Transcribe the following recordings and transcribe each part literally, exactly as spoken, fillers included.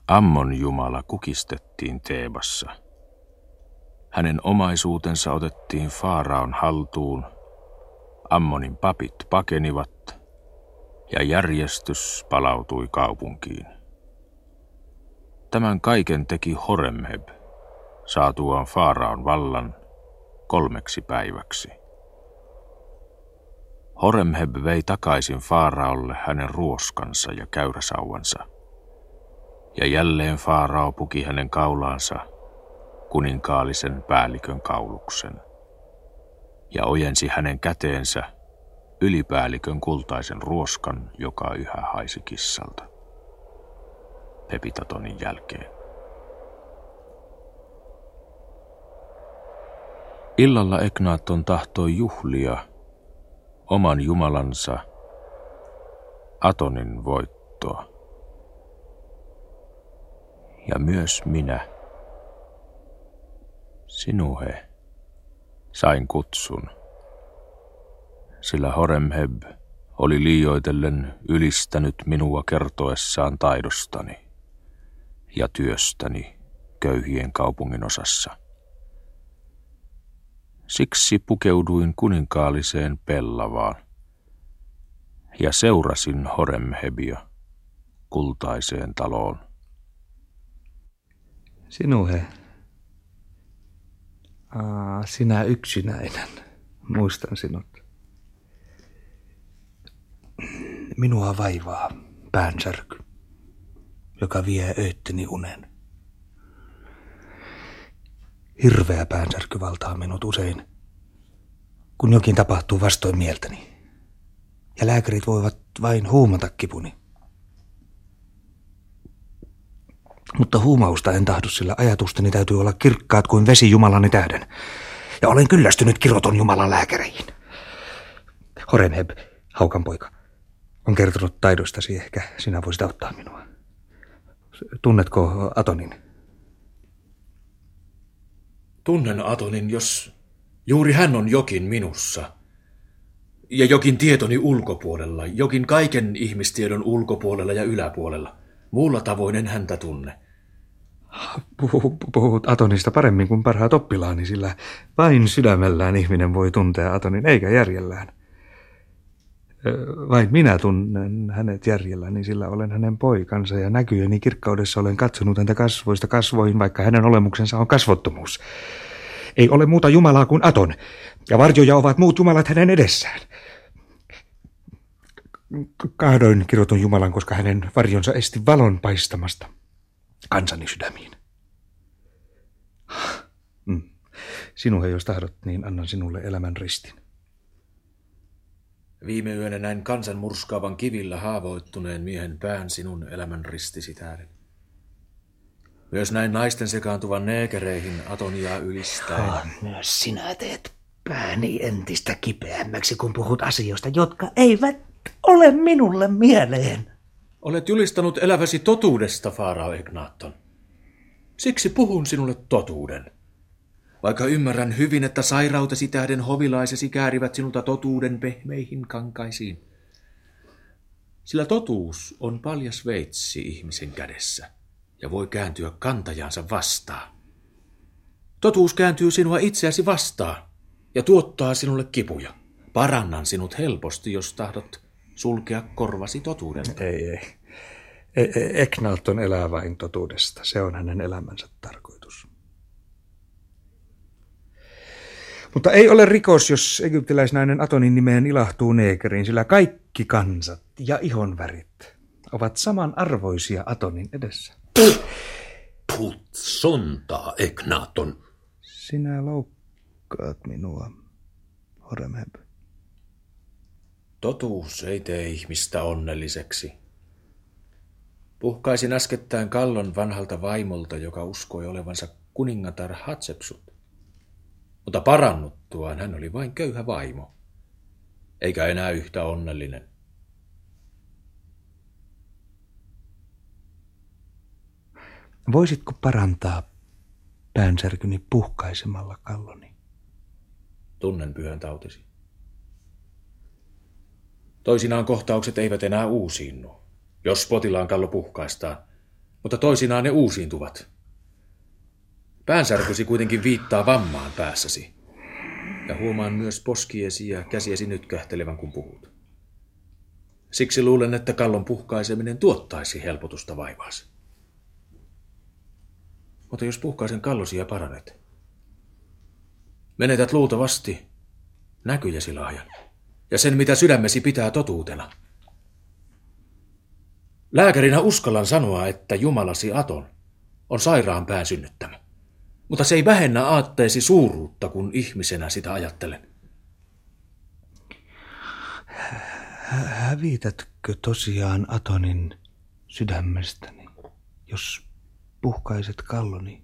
Ammon jumala kukistettiin Teebassa. Hänen omaisuutensa otettiin Faaraon haltuun, Ammonin papit pakenivat ja järjestys palautui kaupunkiin. Tämän kaiken teki Horemheb, saatuaan Faaraon vallan kolmeksi päiväksi. Horemheb vei takaisin Faaraolle hänen ruoskansa ja käyräsauvansa, ja jälleen Faarao puki hänen kaulaansa kuninkaallisen päällikön kauluksen, ja ojensi hänen käteensä ylipäällikön kultaisen ruoskan, joka yhä haisi kissalta. Pepitatonin jälkeen. Illalla Eknaatton tahtoi juhlia oman jumalansa Atonin voittoa. Ja myös minä, Sinuhe, sain kutsun, sillä Horemheb oli liioitellen ylistänyt minua kertoessaan taidostani ja työstäni köyhien kaupungin osassa. Siksi pukeuduin kuninkaalliseen pellavaan ja seurasin Horemhebia kultaiseen taloon. Sinuhe, Aa, sinä yksinäinen, muistan sinut. Minua vaivaa päänsärky, joka vie öitteni unen. Hirveä päänsärky valtaa minut usein, kun jokin tapahtuu vastoin mieltäni, ja lääkärit voivat vain huumata kipuni. Mutta huumausta en tahdo, sillä ajatusteni täytyy olla kirkkaat kuin vesi Jumalani tähden, ja olen kyllästynyt kiroton Jumalan lääkäreihin. Horemheb, haukan poika, on kertonut taidostasi, ehkä sinä voisit auttaa minua. Tunnetko Atonin? Tunnen Atonin, jos juuri hän on jokin minussa. Ja jokin tietoni ulkopuolella, jokin kaiken ihmistiedon ulkopuolella ja yläpuolella. Muulla tavoin en häntä tunne. Puhut Atonista paremmin kuin parhaat oppilaani, sillä vain sydämellään ihminen voi tuntea Atonin, eikä järjellään. Vain minä tunnen hänet järjelläni, sillä olen hänen poikansa ja näkyjeni kirkkaudessa olen katsonut häntä kasvoista kasvoihin, vaikka hänen olemuksensa on kasvottomuus. Ei ole muuta Jumalaa kuin Aton, ja varjoja ovat muut jumalat hänen edessään. Kahdoin kirotun Jumalan, koska hänen varjonsa esti valon paistamasta kansani sydämiin. Mm. Sinuhe, jos tahdot, niin annan sinulle elämän ristin. Viime yönä näin kansan murskaavan kivillä haavoittuneen miehen pään sinun elämän ristisi tähden. Myös näin naisten sekaantuvan neekereihin Atoniaa ylistäen. Oh, myös sinä teet pääni entistä kipeämmäksi, kun puhut asioista, jotka eivät ole minulle mieleen. Olet julistanut eläväsi totuudesta, Faarao Eknaatton. Siksi puhun sinulle totuuden. Vaikka ymmärrän hyvin, että sairautesi tähden hovilaisesi käärivät sinulta totuuden pehmeihin kankaisiin. Sillä totuus on paljas veitsi ihmisen kädessä ja voi kääntyä kantajansa vastaan. Totuus kääntyy sinua itseäsi vastaan ja tuottaa sinulle kipuja. Parannan sinut helposti, jos tahdot sulkea korvasi totuudelta. Ei, ei. E- Eknaatton elää vain totuudesta. Se on hänen elämänsä tarkoitus. Mutta ei ole rikos, jos egyptiläisnainen Atonin nimeen ilahtuu neekeriin, sillä kaikki kansat ja ihonvärit ovat samanarvoisia Atonin edessä. Put sontaa, Eknaatton. Sinä loukkaat minua, Horemheb. Totuus ei tee ihmistä onnelliseksi. Puhkaisin äskettäin kallon vanhalta vaimolta, joka uskoi olevansa kuningatar Hatsepsut. Mutta parannuttuaan hän oli vain köyhä vaimo, eikä enää yhtä onnellinen. Voisitko parantaa päänsärkyni puhkaisemalla kalloni? Tunnen pyhän tautisi. Toisinaan kohtaukset eivät enää uusiinnu. Jos potilaan kallo puhkaistaan, mutta toisinaan ne uusiintuvat. Päänsärkysi kuitenkin viittaa vammaan päässäsi. Ja huomaan myös poskiesi ja käsiesi nytkähtelevän, kun puhut. Siksi luulen, että kallon puhkaiseminen tuottaisi helpotusta vaivaasi. Mutta jos puhkaisen kallosi ja paranet, menetät luultavasti näkyjäsi laajan ja sen, mitä sydämesi pitää totuutena. Lääkärinä uskallan sanoa, että Jumalasi Aton on sairaan pään synnyttämä. Mutta se ei vähennä aatteesi suuruutta, kun ihmisenä sitä ajattelen. Hävitätkö tosiaan Atonin sydämestäni, jos puhkaiset kalloni?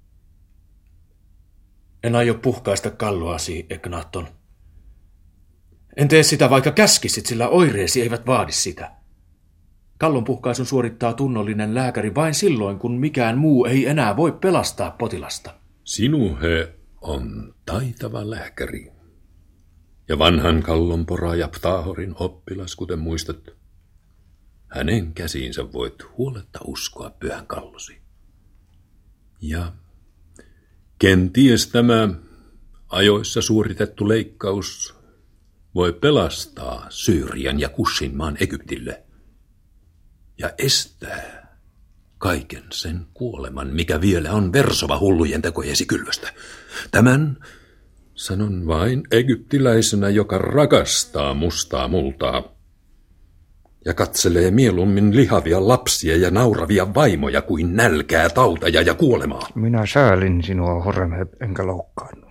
En aio puhkaista kalloasi, Egnaton. En tee sitä, vaikka käskisit, sillä oireesi eivät vaadi sitä. Kallon puhkaisun suorittaa tunnollinen lääkäri vain silloin, kun mikään muu ei enää voi pelastaa potilasta. Sinuhe on taitava lääkäri. Ja vanhan kallon poraaja Ptaahorin oppilas, kuten muistat. Hänen käsiinsä voit huoletta uskoa pyhän kallosi. Ja kenties tämä ajoissa suoritettu leikkaus voi pelastaa Syyrian ja Kushin maan Egyptille ja estää kaiken sen kuoleman, mikä vielä on versova hullujen tekojesi kylvästä. Tämän sanon vain egyptiläisenä, joka rakastaa mustaa multaa ja katselee mieluummin lihavia lapsia ja nauravia vaimoja kuin nälkää, tauteja ja kuolemaa. Minä säälin sinua, Horemheb, enkä loukkaannut.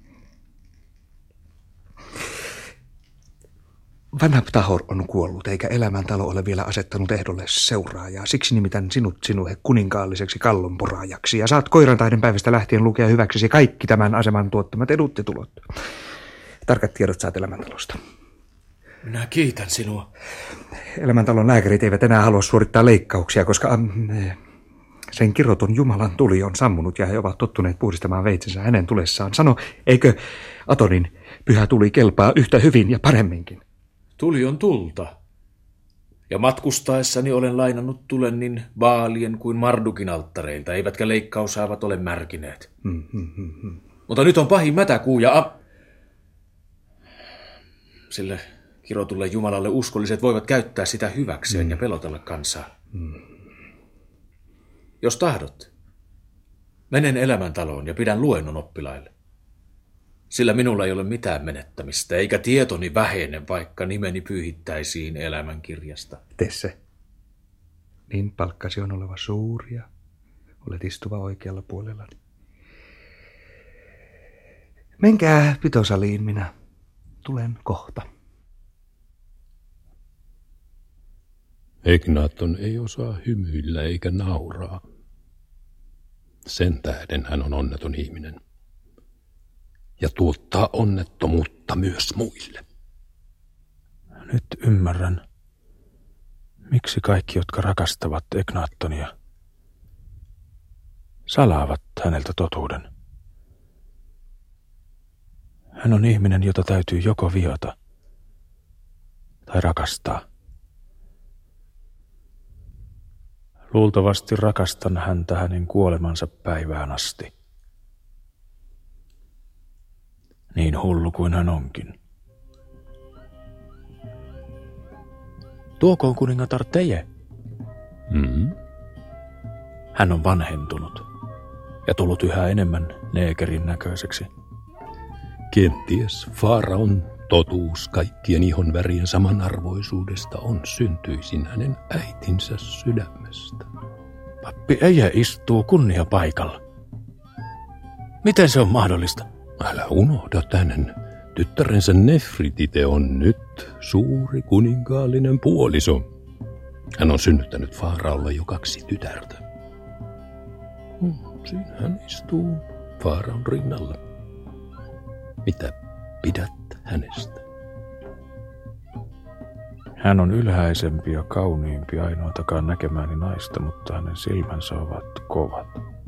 Vanha Ptahor on kuollut, eikä elämäntalo ole vielä asettanut ehdolle seuraajaa. Siksi nimitän sinut sinuhe kuninkaalliseksi kallonporaajaksi, ja saat koirantaiden päivästä lähtien lukea hyväksesi kaikki tämän aseman tuottamat edut ja tulot. Tarkat tiedot saat elämäntalosta. Minä kiitän sinua. Elämäntalon lääkärit eivät enää halua suorittaa leikkauksia, koska äh, sen kirotun Jumalan tuli on sammunut ja he ovat tottuneet puhdistamaan veitsensä hänen tulessaan. Sano, eikö Atonin pyhä tuli kelpaa yhtä hyvin ja paremminkin? Tuli on tulta. Ja matkustaessani olen lainannut tulen niin Baalien kuin Mardukin alttareilta, eivätkä leikkaushaavat ole märkineet. Hmm, hmm, hmm, hmm. Mutta nyt on pahin mätäkuu ja... A... Sille kirotulle Jumalalle uskolliset voivat käyttää sitä hyväkseen hmm. ja pelotella kansaa. Hmm. Jos tahdot, menen elämäntaloon ja pidän luennon oppilaille. Sillä minulla ei ole mitään menettämistä, eikä tietoni vähene, vaikka nimeni pyyhittäisiin elämänkirjasta. Tee se. Niin palkkasi on oleva suuri ja olet istuva oikealla puolellani. Menkää pitosaliin, minä tulen kohta. Egnaton ei osaa hymyillä eikä nauraa. Sen tähden hän on onneton ihminen. Ja tuottaa onnettomuutta myös muille. Nyt ymmärrän, miksi kaikki, jotka rakastavat Egnatonia, salaavat häneltä totuuden. Hän on ihminen, jota täytyy joko viota tai rakastaa. Luultavasti rakastan häntä hänen kuolemansa päivään asti. Niin hullu kuin hän onkin. Tuokoon kuningatar Teje. Mm-hmm. Hän on vanhentunut ja tullut yhä enemmän neekerin näköiseksi. Kenties Faaraon totuus kaikkien ihon värien samanarvoisuudesta on syntyisin hänen äitinsä sydämestä. Pappi Eje istuu kunniapaikalla. Miten se on mahdollista? Älä unohda hänen tyttärensä Nefritite on nyt suuri kuninkaallinen puoliso. Hän on synnyttänyt Faaraolle jo kaksi tytärtä. Hmm, siinä hän istuu Faaraon rinnalla. Mitä pidät hänestä? Hän on ylhäisempi ja kauniimpi ainoatakaan näkemääni naista, mutta hänen silmänsä ovat kovat.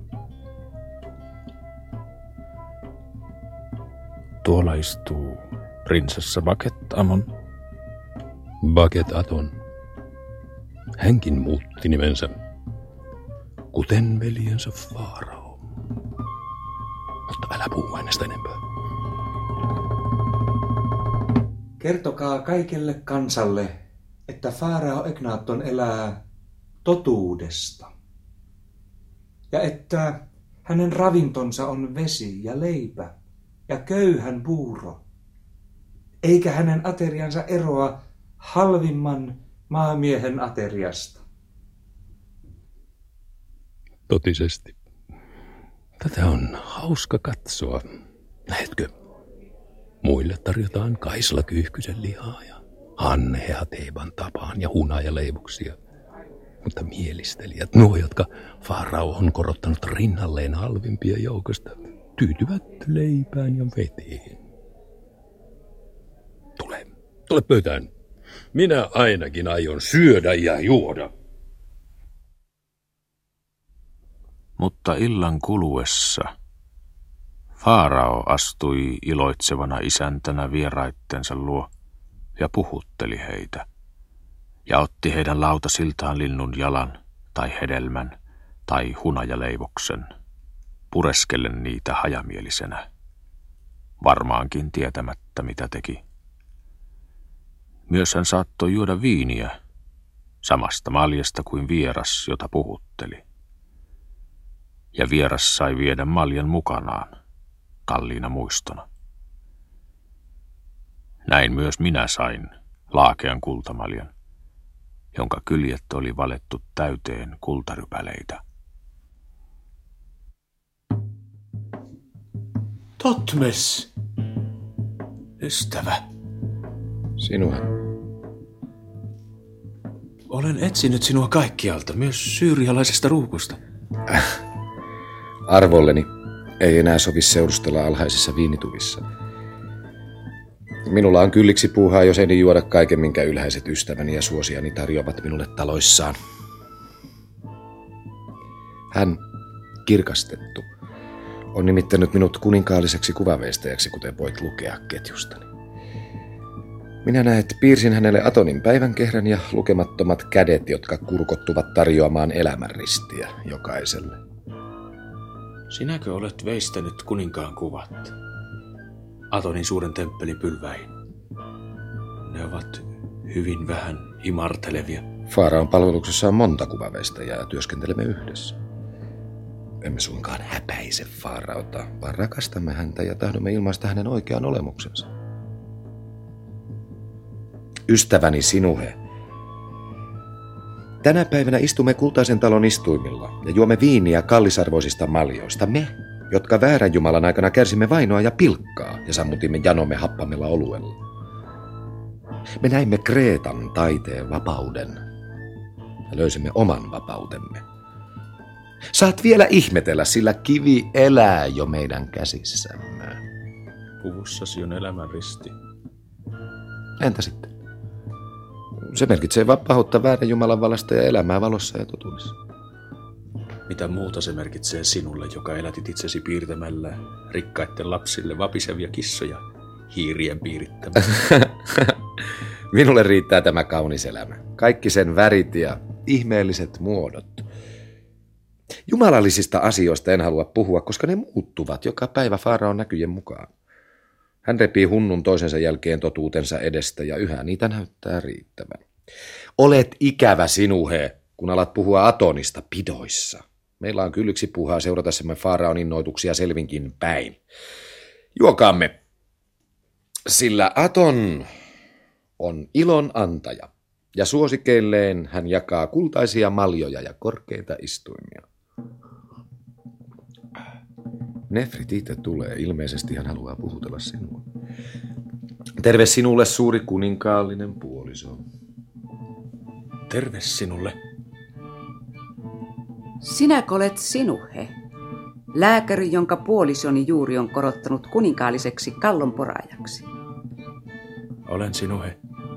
Tuolla istuu prinsessa Baket Amon. Baket Aton. Hänkin muutti nimensä. kuten veljensä Faarao. Mutta älä puhu hänestä enempää. Kertokaa kaikelle kansalle, että Faarao Egnaton elää totuudesta. Ja että hänen ravintonsa on vesi ja leipä ja köyhän puuro. Eikä hänen ateriansa eroa halvimman maamiehen ateriasta. Totisesti. Tätä on hauska katsoa. Näetkö? Muille tarjotaan Kaisla Kyyhkysen lihaa ja Hannea Teeban tapaan ja hunajaleivuksia. Mutta mielistelijät, nuo jotka Faarao on korottanut rinnalleen halvimpia joukosta, tyytyvät leipään ja veteen. Tule, tule pöytään. Minä ainakin aion syödä ja juoda. Mutta illan kuluessa Faarao astui iloitsevana isäntänä vieraittensa luo ja puhutteli heitä ja otti heidän lautasiltaan linnun jalan tai hedelmän tai hunajaleivoksen, pureskellen niitä hajamielisenä, varmaankin tietämättä mitä teki. Myös hän saattoi juoda viiniä, samasta maljasta kuin vieras, jota puhutteli. Ja vieras sai viedä maljan mukanaan, kalliina muistona. Näin myös minä sain laakean kultamaljan, jonka kyljet oli valettu täyteen kultarypäleitä. Totmes, ystävä. Sinua. Olen etsinyt sinua kaikkialta, myös syyrialaisesta ruukusta. Äh, arvolleni ei enää sovi seurustella alhaisissa viinituvissa. Minulla on kylliksi puuhaa, jos en juoda kaiken, minkä ylhäiset ystäväni ja suosiani tarjoavat minulle taloissaan. Hän, kirkastettu, on nimittänyt minut kuninkaalliseksi kuvaveistäjäksi, kuten voit lukea ketjustani. Minä näet piirsin hänelle Atonin päivänkehrän ja lukemattomat kädet, jotka kurkottuvat tarjoamaan elämänristiä jokaiselle. Sinäkö olet veistänyt kuninkaan kuvat Atonin suuren temppelin pylväihin? Ne ovat hyvin vähän imartelevia. Faaraon palveluksessa on monta kuvaveistäjää ja työskentelemme yhdessä. Emme suinkaan häpäise Faaraota, vaan rakastamme häntä ja tahdomme ilmaista hänen oikean olemuksensa. Ystäväni Sinuhe, tänä päivänä istumme kultaisen talon istuimilla ja juomme viiniä kallisarvoisista maljoista. Me, jotka väärän Jumalan aikana kärsimme vainoa ja pilkkaa ja sammutimme janomme happamella oluella. Me näimme Kreetan taiteen vapauden ja löysimme oman vapautemme. Saat vielä ihmetellä, sillä kivi elää jo meidän käsissämme. Puvussasi on elämän risti. Entä sitten? Se merkitsee vapautta väärän Jumalan vallasta ja elämää valossa ja totuudessa. Mitä muuta se merkitsee sinulle, joka elätit itsesi piirtämällä rikkaitten lapsille vapisevia kissoja hiirien piirittämällä? Minulle riittää tämä kaunis elämä. Kaikki sen värit ja ihmeelliset muodot. Jumalallisista asioista en halua puhua, koska ne muuttuvat joka päivä Faaraon näkyjen mukaan. Hän repii hunnun toisensa jälkeen totuutensa edestä ja yhä niitä näyttää riittävän. Olet ikävä Sinuhe, kun alat puhua Atonista pidoissa. Meillä on kylliksi puuhaa seuratessamme Faaraon innoituksia selvinkin päin. Juokaamme, sillä Aton on ilon antaja ja suosikeilleen hän jakaa kultaisia maljoja ja korkeita istuimia. Nefritite tulee. Ilmeisesti hän haluaa puhutella sinua. Terve sinulle, suuri kuninkaallinen puoliso. Terve sinulle. Sinäkö olet Sinuhe, lääkäri, jonka puolisoni juuri on korottanut kuninkaalliseksi kallonporaajaksi? Olen Sinuhe.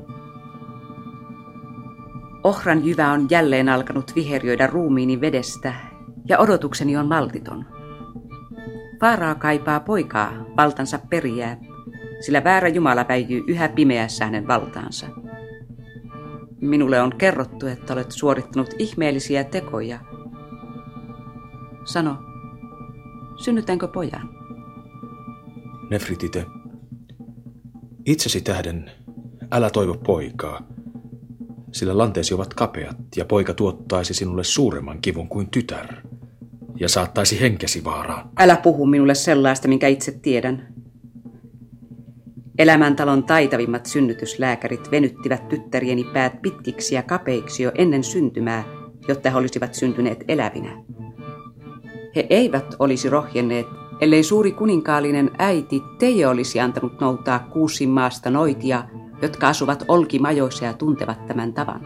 Ohran jyvä on jälleen alkanut viherjöidä ruumiini vedestä ja odotukseni on maltiton. Faarao kaipaa poikaa valtansa perijää, sillä väärä Jumala väijyy yhä pimeässä hänen valtaansa. Minulle on kerrottu, että olet suorittanut ihmeellisiä tekoja, Sano, synnytänkö pojan? Nefritite, itsesi tähden älä toivo poikaa, sillä lanteesi ovat kapeat ja poika tuottaisi sinulle suuremman kivun kuin tytär ja saattaisi henkesi vaaraan. Älä puhu minulle sellaista, minkä itse tiedän. Elämäntalon taitavimmat synnytyslääkärit venyttivät tyttärieni päät pitkiksi ja kapeiksi jo ennen syntymää, jotta he olisivat syntyneet elävinä. He eivät olisi rohjenneet, ellei suuri kuninkaallinen äiti Teije olisi antanut noutaa Kuusin maasta noitia, jotka asuvat olkimajoissa ja tuntevat tämän tavan.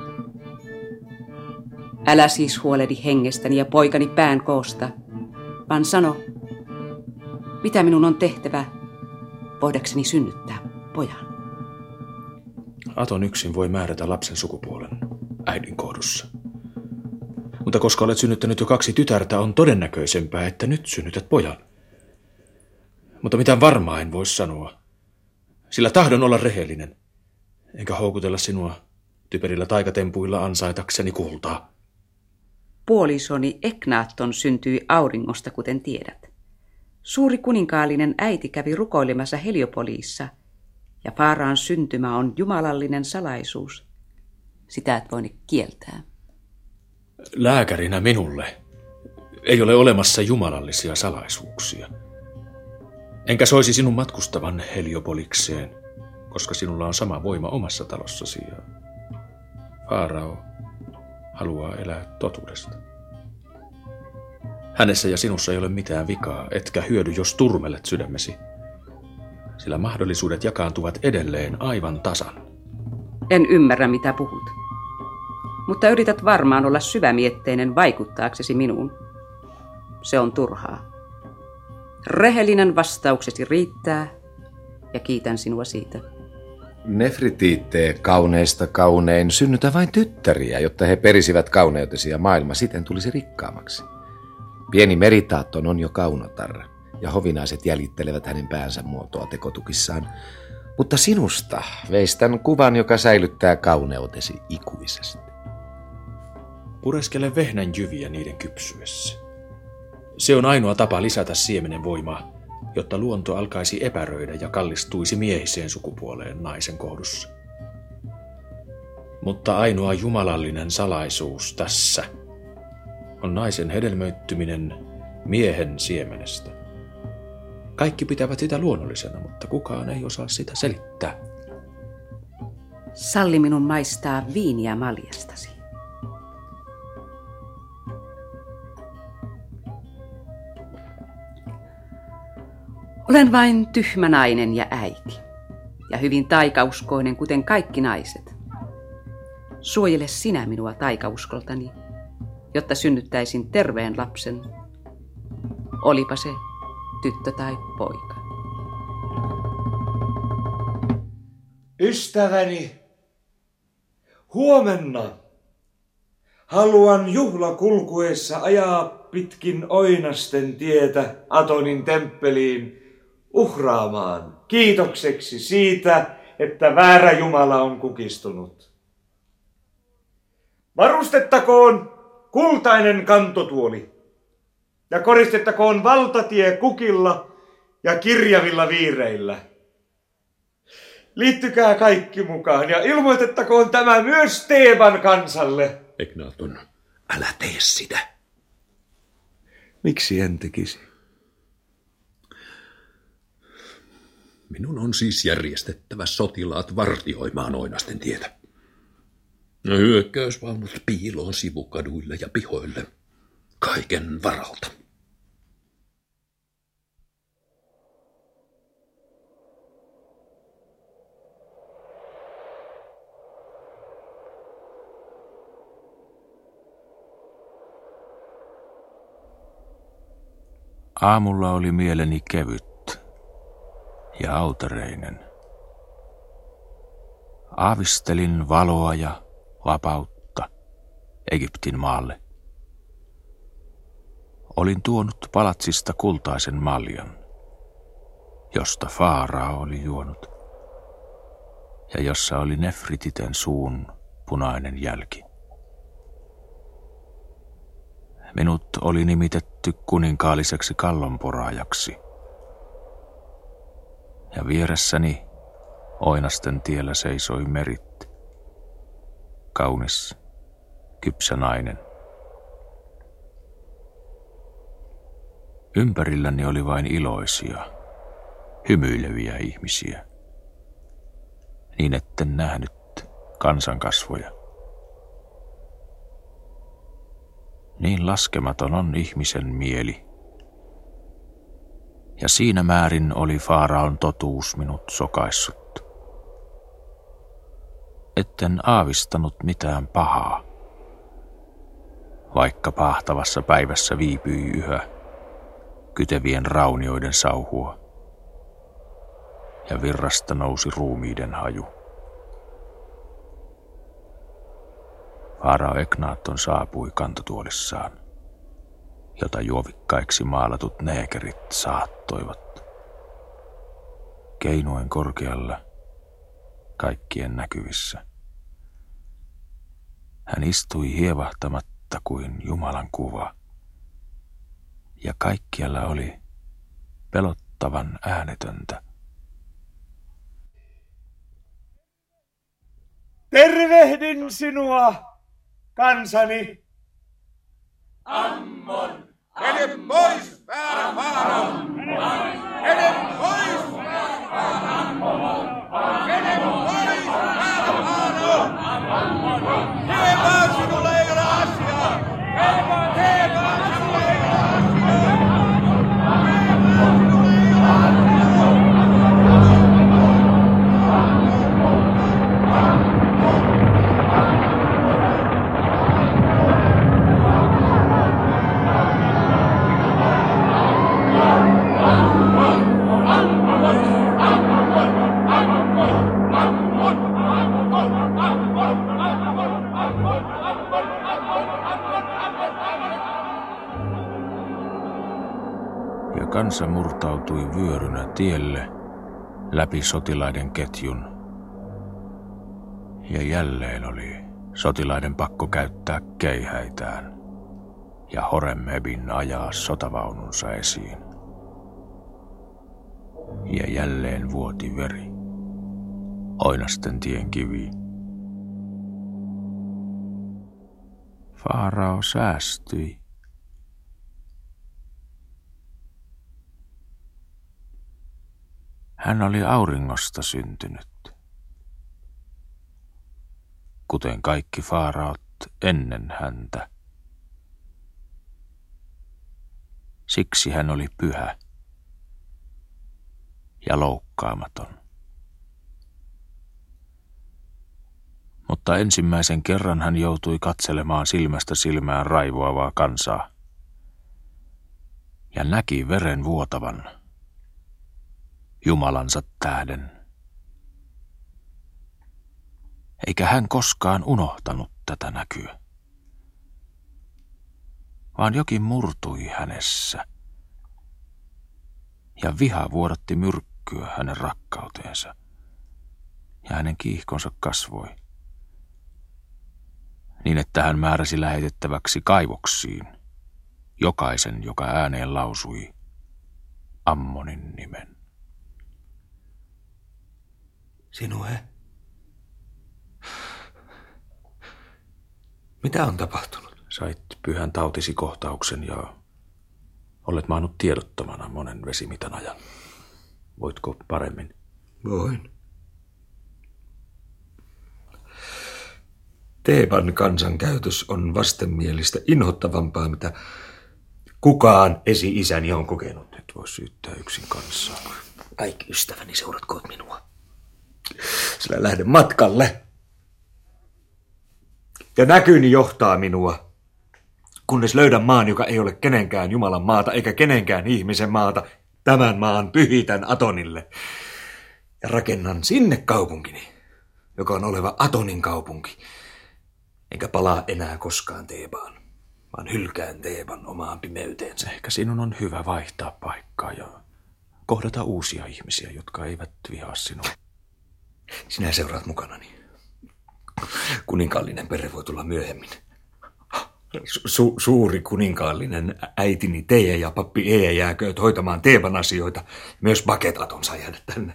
Älä siis huolehdi hengestäni ja poikani pään koosta, vaan sano, mitä minun on tehtävä, voidakseni synnyttää pojan. Aton yksin voi määrätä lapsen sukupuolen äidin kohdussa. Mutta koska olet synnyttänyt jo kaksi tytärtä, on todennäköisempää, että nyt synnytät pojan. Mutta mitään varmaa en voi sanoa, sillä tahdon olla rehellinen, enkä houkutella sinua typerillä taikatempuilla ansaitakseni kultaa. Puolisoni Egnaton syntyi auringosta, kuten tiedät. Suuri kuninkaallinen äiti kävi rukoilemassa Heliopoliissa, ja Faaraan syntymä on jumalallinen salaisuus. Sitä et voine kieltää. Lääkärinä minulle ei ole olemassa jumalallisia salaisuuksia. Enkä soisi sinun matkustavan Heliopolikseen, koska sinulla on sama voima omassa talossasi ja Faarao haluaa elää totuudesta. Hänessä ja sinussa ei ole mitään vikaa, etkä hyödy, jos turmelet sydämesi, sillä mahdollisuudet jakaantuvat edelleen aivan tasan. En ymmärrä, mitä puhut, mutta yrität varmaan olla syvämietteinen vaikuttaaksesi minuun. Se on turhaa. Rehellinen vastauksesi riittää, ja kiitän sinua siitä. Nefritite, kauneista kaunein, synnytä vain tyttäriä, jotta he perisivät kauneutesi ja maailma siten tulisi rikkaammaksi. Pieni Meritaatton on jo kaunotar, ja hovinaiset jäljittelevät hänen päänsä muotoa tekotukissaan. Mutta sinusta veistän kuvan, joka säilyttää kauneutesi ikuisesti. Pureskele vehnän jyviä niiden kypsyessä. Se on ainoa tapa lisätä siemenen voimaa, jotta luonto alkaisi epäröidä ja kallistuisi miehiseen sukupuoleen naisen kohdussa. Mutta ainoa jumalallinen salaisuus tässä on naisen hedelmöittyminen miehen siemenestä. Kaikki pitävät sitä luonnollisena, mutta kukaan ei osaa sitä selittää. Salli minun maistaa viiniä maljastasi. Olen vain tyhmä nainen ja äiti, ja hyvin taikauskoinen, kuten kaikki naiset. Suojele sinä minua taikauskoltani, jotta synnyttäisin terveen lapsen, olipa se tyttö tai poika. Ystäväni, huomenna haluan juhlakulkuessa ajaa pitkin Oinasten tietä Atonin temppeliin uhraamaan kiitokseksi siitä, että väärä Jumala on kukistunut. Varustettakoon kultainen kantotuoli ja koristettakoon valtatie kukilla ja kirjavilla viireillä. Liittykää kaikki mukaan ja ilmoitettakoon tämä myös Teeban kansalle. Egnaton, älä tee sitä. Miksi en tekisi? Minun on siis järjestettävä sotilaat vartioimaan Oinasten tietä. Hyökkäysvaunut piiloon sivukaduille ja pihoille. Kaiken varalta. Aamulla oli mieleni kevyt ja autereinen. Aavistelin valoa ja vapautta Egyptin maalle. Olin tuonut palatsista kultaisen maljan, josta Faarao oli juonut, ja jossa oli Nefrititen suun punainen jälki. Minut oli nimitetty kuninkaalliseksi kallonporaajaksi. Ja vieressäni Oinasten tiellä seisoi Merit, kaunis, kypsä nainen. Ympärilläni oli vain iloisia, hymyileviä ihmisiä, niin etten nähnyt kansankasvoja. Niin laskematon on ihmisen mieli, ja siinä määrin oli Faaraon totuus minut sokaissut, etten aavistanut mitään pahaa, vaikka pahtavassa päivässä viipyi yhä kytevien raunioiden sauhua, ja virrasta nousi ruumiiden haju. Faarao Egnaton saapui kantotuolissaan, jota juovikkaiksi maalatut neekerit saattoivat. Keinuen korkealla, kaikkien näkyvissä. Hän istui hievahtamatta kuin Jumalan kuva, ja kaikkialla oli pelottavan äänetöntä. Tervehdin sinua, kansani. Ammon! Mene pois, väärä Faarao! Mene pois, väärä Faarao! Mene pois, väärä Faarao! Tee vaan sinulle ei ole asiaa! Tee vaan, tee vaan sinulle ei ole asiaa! Tee vaan sinulle ei ole asiaa! Ja kansa murtautui vyörynä tielle läpi sotilaiden ketjun. Ja jälleen oli sotilaiden pakko käyttää keihäitään ja Horemhebin ajaa sotavaununsa esiin. Ja jälleen vuoti veri Oinasten tien kiviin. Faarao säästyi. Hän oli auringosta syntynyt, kuten kaikki faaraot ennen häntä. Siksi hän oli pyhä ja loukkaamaton. Mutta ensimmäisen kerran hän joutui katselemaan silmästä silmään raivoavaa kansaa ja näki veren vuotavan Jumalansa tähden. Eikä hän koskaan unohtanut tätä näkyä, vaan jokin murtui hänessä, ja viha vuodatti myrkkyä hänen rakkauteensa, ja hänen kiihkonsa kasvoi, niin että hän määräsi lähetettäväksi kaivoksiin jokaisen, joka ääneen lausui Ammonin nimen. Sinue? Mitä on tapahtunut? Sait pyhän tautisi kohtauksen ja olet maannut tiedottomana monen vesimitan ajan. Voitko paremmin? Voin. Teeban kansankäytös on vastenmielistä inhottavampaa, mitä kukaan esi-isäni on kokenut. Et voi syyttää yksin kanssaan. Kaikki ystäväni, seuratkoot minua. Sillä lähden matkalle. Ja näkyni johtaa minua, kunnes löydän maan, joka ei ole kenenkään Jumalan maata, eikä kenenkään ihmisen maata. Tämän maan pyhitän Atonille. Ja rakennan sinne kaupunkini, joka on oleva Atonin kaupunki. Enkä palaa enää koskaan Teebaan, vaan hylkään Teeban omaan pimeyteensä. Ehkä sinun on hyvä vaihtaa paikkaa ja kohdata uusia ihmisiä, jotka eivät vihaa sinua. Sinä seuraat mukanani. Kuninkaallinen perhe voi tulla myöhemmin. Su- suuri kuninkaallinen äitini Teija ja pappi Eija jääkööt hoitamaan Teeban asioita. Myös Baketaton saa jäädä tänne.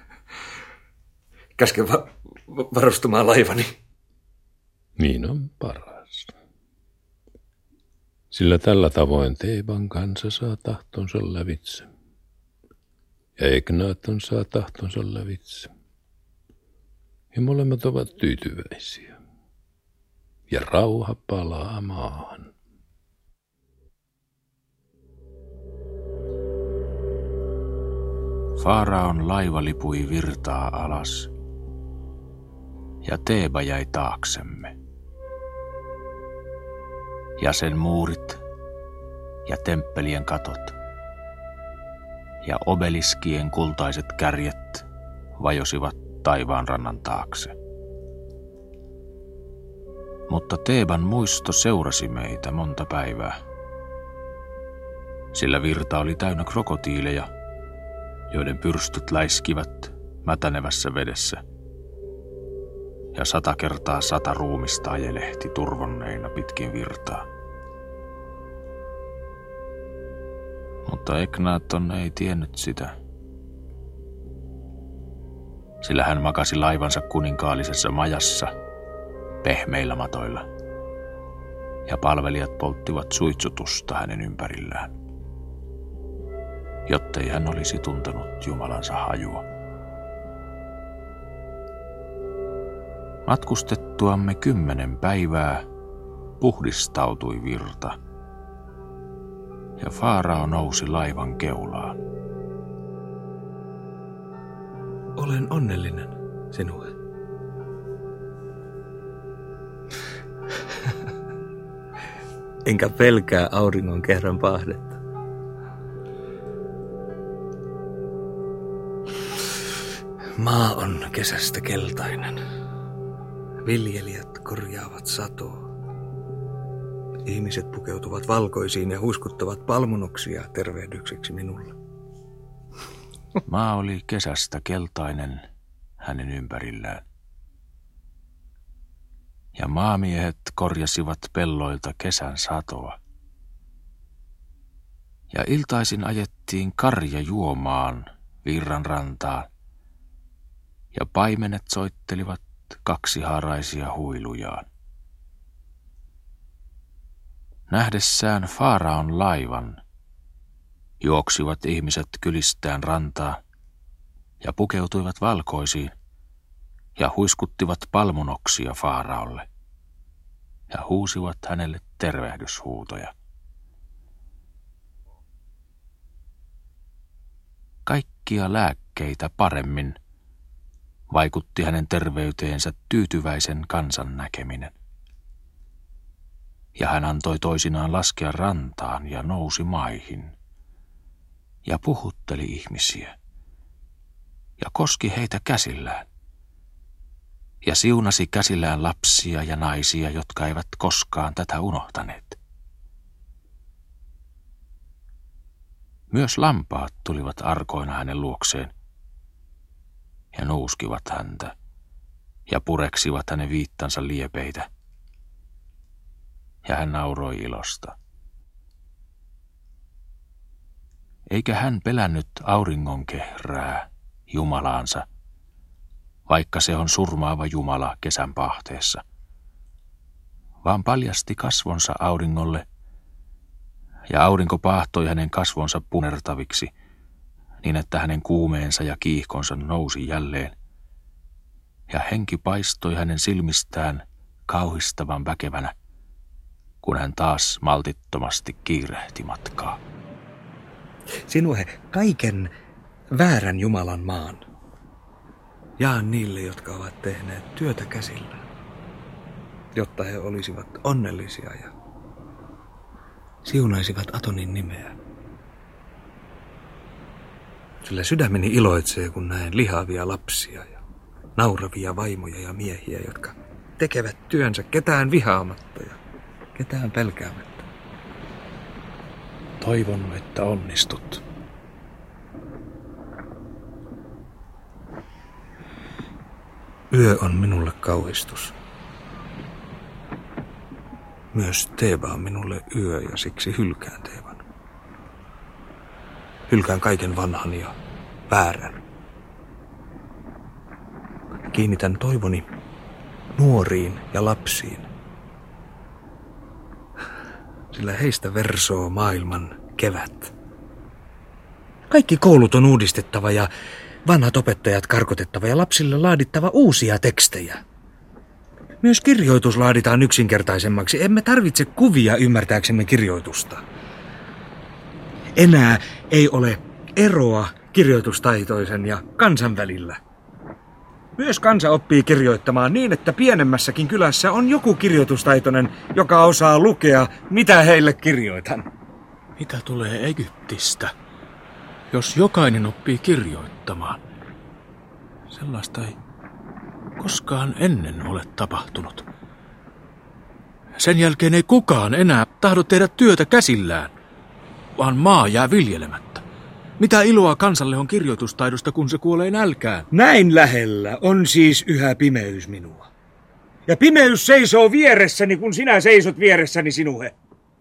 Käsken va- varustamaan laivani. Niin on paras. Sillä tällä tavoin Teeban kansa saa tahtonsa lävitse. Ja Egnaaton saa tahtonsa lävitse. Ja molemmat ovat tyytyväisiä. Ja rauha palaa maahan. Faaraon laiva lipui virtaa alas, ja Teeba jäi taaksemme. Ja sen muurit, ja temppelien katot, ja obeliskien kultaiset kärjet vajosivat taivaan rannan taakse. Mutta Teeban muisto seurasi meitä monta päivää, sillä virta oli täynnä krokotiileja, joiden pyrstöt läiskivät mätänevässä vedessä, ja sata kertaa sata ruumista ajelehti turvonneina pitkin virtaa. Mutta Egnaaton ei tiennyt sitä, sillä hän makasi laivansa kuninkaallisessa majassa pehmeillä matoilla, ja palvelijat polttivat suitsutusta hänen ympärillään, jottei hän olisi tuntenut Jumalansa hajua. Matkustettuamme kymmenen päivää puhdistautui virta, ja Faarao nousi laivan keulaan. Olen onnellinen sinulle. Enkä pelkää auringon kerran pahdetta. Maa on kesästä keltainen. Viljelijät korjaavat satoa. Ihmiset pukeutuvat valkoisiin ja huiskuttavat palmunoksia tervehdykseksi minulle. Maa oli kesästä keltainen hänen ympärillään. Ja maamiehet korjasivat pelloilta kesän satoa. Ja iltaisin ajettiin karja juomaan virran rantaan, ja paimenet soittelivat kaksihaaraisia huilujaan. Nähdessään Faaraon laivan juoksivat ihmiset kylistään rantaa ja pukeutuivat valkoisiin ja huiskuttivat palmunoksia Faaraolle ja huusivat hänelle tervehdyshuutoja. Kaikkia lääkkeitä paremmin vaikutti hänen terveyteensä tyytyväisen kansan näkeminen. Ja hän antoi toisinaan laskea rantaan ja nousi maihin ja puhutteli ihmisiä ja koski heitä käsillään ja siunasi käsillään lapsia ja naisia, jotka eivät koskaan tätä unohtaneet. Myös lampaat tulivat arkoina hänen luokseen ja nuuskivat häntä ja pureksivat hänen viittansa liepeitä, ja hän nauroi ilosta. Eikä hän pelännyt auringon kehrää, Jumalaansa, vaikka se on surmaava Jumala kesän pahteessa, vaan paljasti kasvonsa auringolle, ja aurinko paahtoi hänen kasvonsa punertaviksi, niin että hänen kuumeensa ja kiihkonsa nousi jälleen, ja henki paistoi hänen silmistään kauhistavan väkevänä, kun hän taas maltittomasti kiirehti matkaa. Sinue kaiken väärän Jumalan maan. Jaa niille, jotka ovat tehneet työtä käsillä, jotta he olisivat onnellisia ja siunaisivat Atonin nimeä. Sillä sydämeni iloitsee, kun näen lihavia lapsia ja nauravia vaimoja ja miehiä, jotka tekevät työnsä ketään vihaamatta ja ketään pelkäämättä. Toivon, että onnistut. Yö on minulle kauhistus. Myös Teeba on minulle yö ja siksi hylkään Teeban. Hylkään kaiken vanhan ja väärän. Kiinnitän toivoni nuoriin ja lapsiin, sillä heistä versoo maailman kevät. Kaikki koulut on uudistettava ja vanhat opettajat karkotettava ja lapsille laadittava uusia tekstejä. Myös kirjoitus laaditaan yksinkertaisemmaksi. Emme tarvitse kuvia ymmärtääksemme kirjoitusta. Enää ei ole eroa kirjoitustaitoisen ja kansan välillä. Myös kansa oppii kirjoittamaan niin, että pienemmässäkin kylässä on joku kirjoitustaitoinen, joka osaa lukea, mitä heille kirjoitan. Mitä tulee Egyptistä? Jos jokainen oppii kirjoittamaan, sellaista ei koskaan ennen ole tapahtunut. Sen jälkeen ei kukaan enää tahdo tehdä työtä käsillään, vaan maa jää viljelemättä. Mitä iloa kansalle on kirjoitustaidosta, kun se kuolee nälkään? Näin lähellä on siis yhä pimeys minua. Ja pimeys seisoo vieressäni, kun sinä seisot vieressäni, Sinuhe.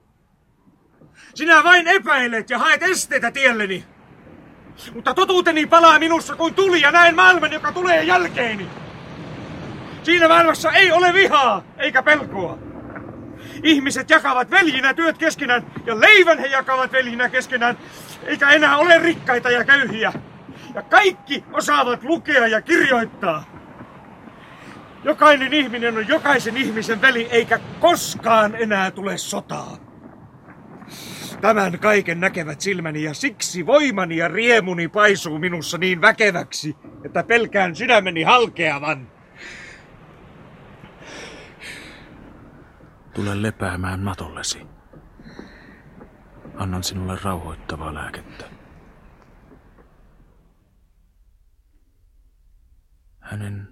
Sinä vain epäilet ja haet esteitä tielleni. Mutta totuuteni palaa minussa kuin tuli ja näen maailman, joka tulee jälkeeni. Siinä maailmassa ei ole vihaa eikä pelkoa. Ihmiset jakavat veljinä työt keskenään ja leivän he jakavat veljinä keskenään, eikä enää ole rikkaita ja köyhiä. Ja kaikki osaavat lukea ja kirjoittaa. Jokainen ihminen on jokaisen ihmisen veli, eikä koskaan enää tule sotaa. Tämän kaiken näkevät silmäni ja siksi voimani ja riemuni paisuu minussa niin väkeväksi, että pelkään sydämeni halkeavan. Tule lepäämään matollesi. Annan sinulle rauhoittavaa lääkettä. Hänen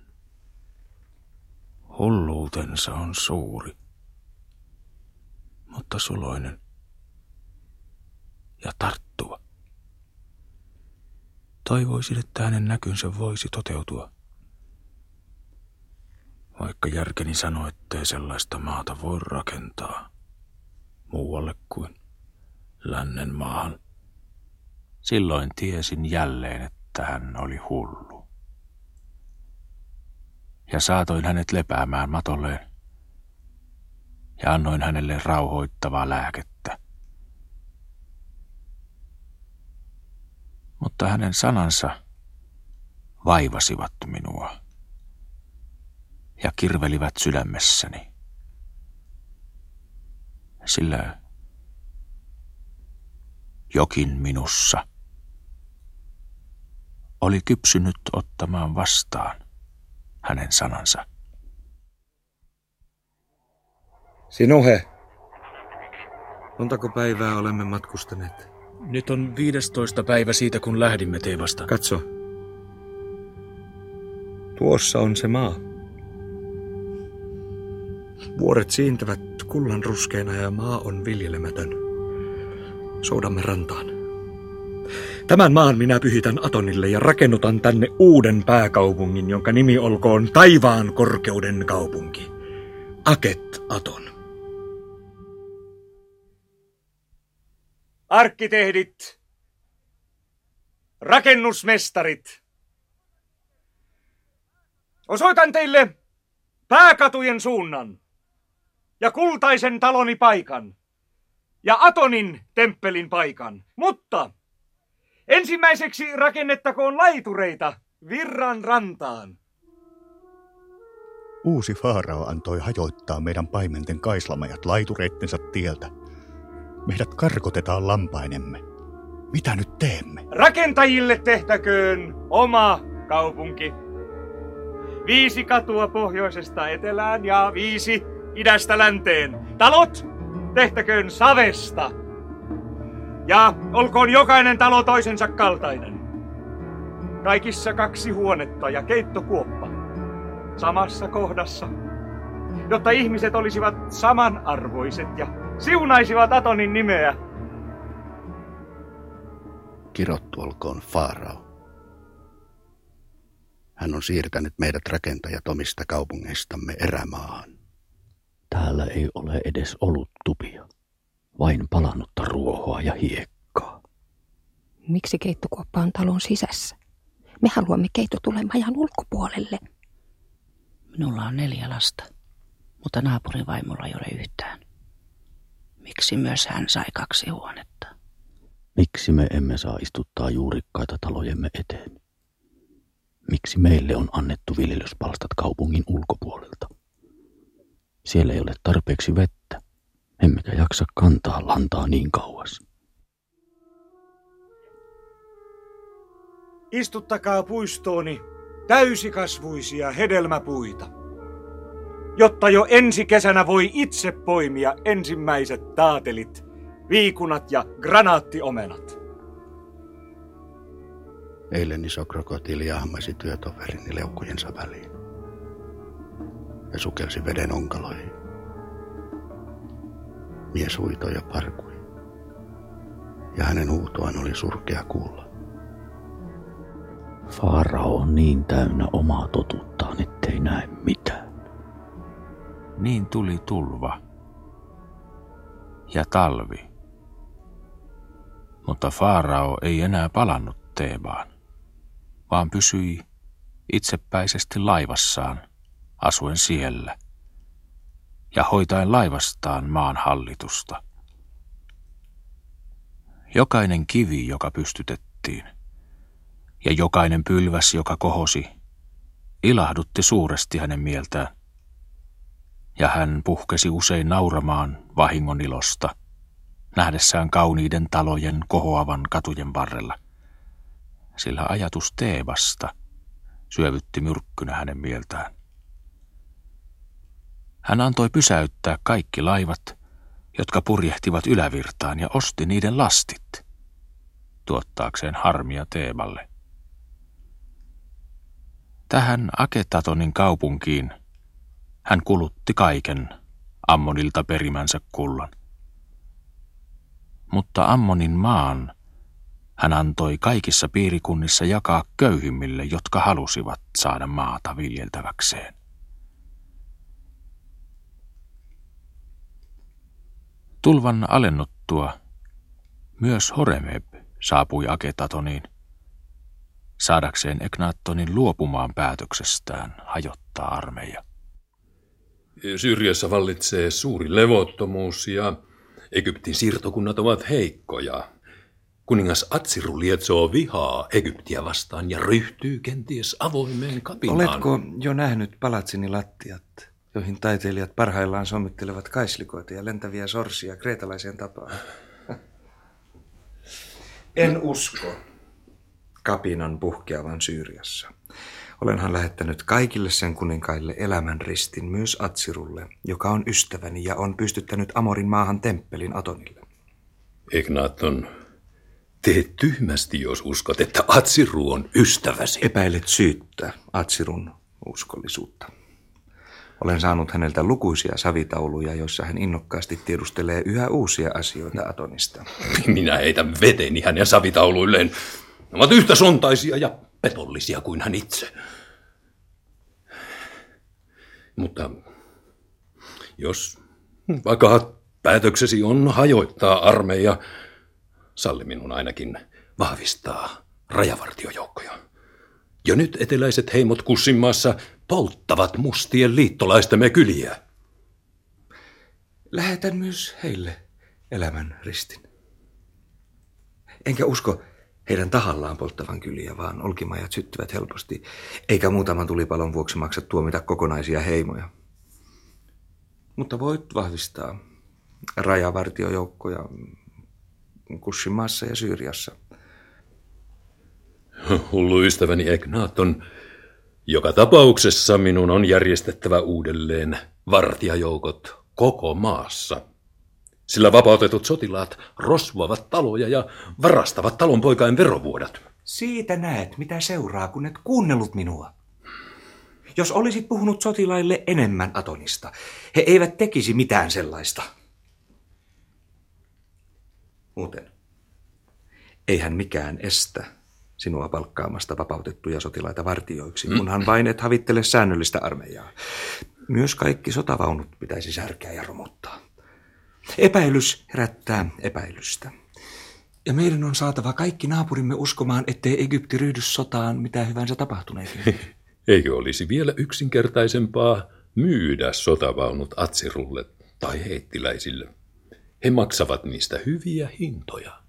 hulluutensa on suuri, mutta suloinen ja tarttuva. Toivoisin, että hänen näkynsä voisi toteutua. Vaikka järkeni sanoo, ettei sellaista maata voi rakentaa muualle kuin lännen maahan. Silloin tiesin jälleen, että hän oli hullu. Ja saatoin hänet lepäämään matolleen ja annoin hänelle rauhoittavaa lääkettä. Mutta hänen sanansa vaivasivat minua ja kirvelivät sydämessäni, sillä jokin minussa oli kypsynyt ottamaan vastaan hänen sanansa. Sinuhe, montako päivää olemme matkustaneet? Nyt on viidestoista päivä siitä, kun lähdimme Teebasta. Katso. Tuossa on se maa. Vuoret siintävät kullan ruskeana ja maa on viljelemätön. Soudamme rantaan. Tämän maan minä pyhitän Atonille ja rakennutan tänne uuden pääkaupungin, jonka nimi olkoon taivaan korkeuden kaupunki. Aket Aton. Arkkitehdit, rakennusmestarit, osoitan teille pääkatujen suunnan ja kultaisen taloni paikan ja Atonin temppelin paikan. Mutta ensimmäiseksi rakennettakoon laitureita virran rantaan. Uusi faarao antoi hajoittaa meidän paimenten kaislamajat laitureittensa tieltä. Meidät karkotetaan lampainemme. Mitä nyt teemme? Rakentajille tehtäköön oma kaupunki. Viisi katua pohjoisesta etelään ja viisi idästä länteen. Talot tehtäköön savesta. Ja olkoon jokainen talo toisensa kaltainen. Kaikissa kaksi huonetta ja keittokuoppa. Samassa kohdassa. Jotta ihmiset olisivat samanarvoiset ja siunaisivat Atonin nimeä. Kirottu olkoon faarao. Hän on siirtänyt meidät rakentajat omista kaupungeistamme erämaahan. Täällä ei ole edes ollut tupia, vain palannutta ruohoa ja hiekkaa. Miksi keittokuoppa on talon sisässä? Me haluamme keittotulen majan ulkopuolelle. Minulla on neljä lasta, mutta naapurin vaimolla ei ole yhtään. Miksi myös hän sai kaksi huonetta? Miksi me emme saa istuttaa juurikkaita talojemme eteen? Miksi meille on annettu viljelyspalstat kaupungin ulkopuolelta? Siellä ei ole tarpeeksi vettä, emmekä jaksa kantaa lantaa niin kauas. Istuttakaa puistooni täysikasvuisia hedelmäpuita, jotta jo ensi kesänä voi itse poimia ensimmäiset taatelit, viikunat ja granaattiomenat. Eilen iso krokotiili ahmaisi työtoverini leukkujensa väliin ja sukelsi veden onkaloihin. Mies uitoi ja parkui, ja hänen huutoaan oli surkea kuulla. Faarao on niin täynnä omaa totuuttaan, ettei näe mitään. Niin tuli tulva ja talvi. Mutta Faarao ei enää palannut Teebaan, vaan pysyi itsepäisesti laivassaan, asuen siellä ja hoitaen laivastaan maan hallitusta. Jokainen kivi, joka pystytettiin, ja jokainen pylväs, joka kohosi, ilahdutti suuresti hänen mieltään, ja hän puhkesi usein nauramaan vahingon ilosta, nähdessään kauniiden talojen kohoavan katujen varrella, sillä ajatus Teebasta syövytti myrkkynä hänen mieltään. Hän antoi pysäyttää kaikki laivat, jotka purjehtivat ylävirtaan, ja osti niiden lastit, tuottaakseen harmia Teeballe. Tähän Aketatonin kaupunkiin hän kulutti kaiken Ammonilta perimänsä kullan. Mutta Ammonin maan hän antoi kaikissa piirikunnissa jakaa köyhimmille, jotka halusivat saada maata viljeltäväkseen. Tulvan alennuttua myös Horemheb saapui Aketatoniin, saadakseen Eknatonin luopumaan päätöksestään hajottaa armeija. Syyriassa vallitsee suuri levottomuus ja Egyptin siirtokunnat ovat heikkoja. Kuningas Atsiru lietsoo vihaa Egyptiä vastaan ja ryhtyy kenties avoimeen kapinaan. Oletko jo nähnyt palatsini lattiat, joihin taiteilijat parhaillaan sommittelevat kaislikoita ja lentäviä sorsia kreetalaiseen tapaan? En usko kapinan puhkeavan Syyriassa. Olenhan lähettänyt kaikille sen kuninkaille elämän ristin, myös Atsirulle, joka on ystäväni ja on pystyttänyt Amorin maahan temppelin Atonille. Eknaton, tee tyhmästi, jos uskot, että Atsiru on ystäväsi. Epäilet syyttä Atsirun uskollisuutta. Olen saanut häneltä lukuisia savitauluja, joissa hän innokkaasti tiedustelee yhä uusia asioita Atonista. Minä heitän veteni hänen savitauluilleen. Ne ovat yhtä sontaisia ja petollisia kuin hän itse. Mutta jos vakaa päätöksesi on hajoittaa armeija, salli minun ainakin vahvistaa rajavartiojoukkoja. Jo nyt eteläiset heimot Kussinmaassa polttavat mustien liittolaistemme kyliä. Lähetän myös heille elämän ristin. Enkä usko heidän tahallaan polttavan kyliä, vaan olkimajat syttyvät helposti, eikä muutaman tulipalon vuoksi maksa tuomita kokonaisia heimoja. Mutta voit vahvistaa rajavartiojoukkoja Kushinmaassa ja Syyriassa. Hullu ystäväni Eknaton, joka tapauksessa minun on järjestettävä uudelleen vartijajoukot koko maassa. Sillä vapautetut sotilaat rosvoavat taloja ja varastavat talonpoikain verovuodat. Siitä näet, mitä seuraa, kun et kuunnellut minua. Jos olisit puhunut sotilaille enemmän Atonista, he eivät tekisi mitään sellaista. Muuten, eihän mikään estä sinua palkkaamasta vapautettuja sotilaita vartioiksi, kunhan vain et havittele säännöllistä armeijaa. Myös kaikki sotavaunut pitäisi särkeä ja romuttaa. Epäilys herättää epäilystä. Ja meidän on saatava kaikki naapurimme uskomaan, ettei Egypti ryhdy sotaan mitä hyvänsä tapahtuneekin. Eikö olisi vielä yksinkertaisempaa myydä sotavaunut Atsirulle tai heittiläisille? He maksavat niistä hyviä hintoja.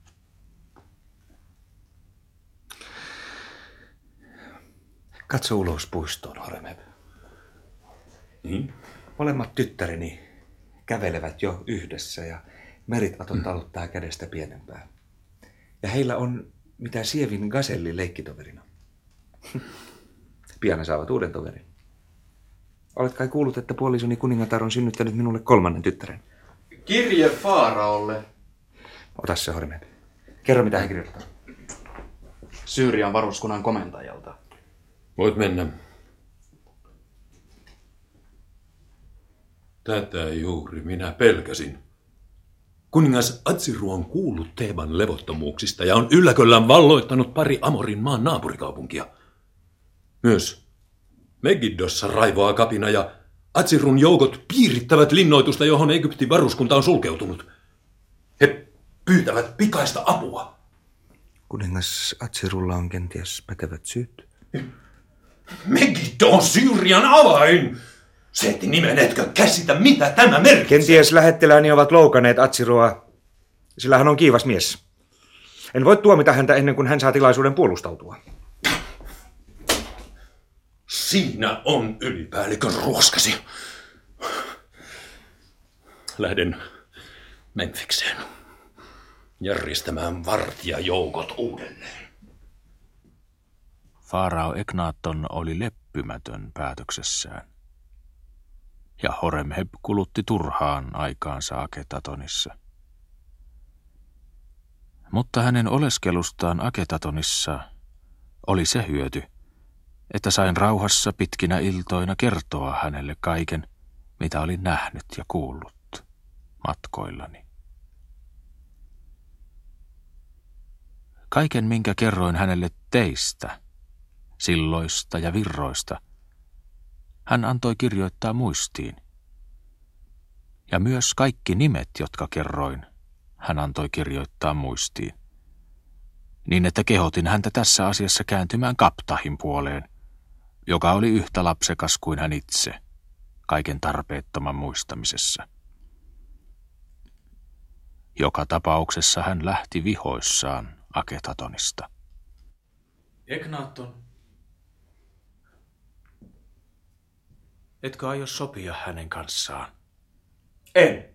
Katso ulos puistoon, Horemheb. Niin? Molemmat tyttäreni kävelevät jo yhdessä ja Meritvaton taluttaa kädestä pienempää. Ja heillä on mitä sievin gaselli leikkitoverina. Pian ne saavat uuden toverin. Olet kai kuullut, että puolisoni kuningatar on synnyttänyt minulle kolmannen tyttären? Kirje Faaraolle. Ota se, Horemheb. Kerro, mitä hän kirjoittaa. Syyrian varuskunnan komentajalta. Voit mennä. Tätä juuri minä pelkäsin. Kuningas Atsiru on kuullut Teeban levottomuuksista ja on ylläköllään valloittanut pari Amorin maan naapurikaupunkia. Myös Megiddossa raivoaa kapina ja Atsirun joukot piirittävät linnoitusta, johon Egyptin varuskunta on sulkeutunut. He pyytävät pikaista apua. Kuningas Atsirulla on kenties pätevät syyt. Megiddo on Syyrian avain! Se eti nimen etkö käsitä, mitä tämä merkitsee. Kenties lähettilääni ovat loukanneet Atsirua, sillä hän on kiivas mies. En voi tuomita häntä ennen kuin hän saa tilaisuuden puolustautua. Siinä on ylipäällikön ruoskasi. Lähden Memphikseen järjestämään vartijajoukot uudelleen. Faarao Eknaatton oli leppymätön päätöksessään. Ja Horemheb kulutti turhaan aikaansa Aketatonissa. Mutta hänen oleskelustaan Aketatonissa oli se hyöty, että sain rauhassa pitkinä iltoina kertoa hänelle kaiken, mitä olin nähnyt ja kuullut matkoillani. Kaiken, minkä kerroin hänelle teistä, silloista ja virroista, hän antoi kirjoittaa muistiin. Ja myös kaikki nimet, jotka kerroin, hän antoi kirjoittaa muistiin. Niin, että kehotin häntä tässä asiassa kääntymään Kaptahin puoleen, joka oli yhtä lapsekas kuin hän itse, kaiken tarpeettoman muistamisessa. Joka tapauksessa hän lähti vihoissaan Aketatonista. Eknaatton, etkö aio sopia hänen kanssaan? En.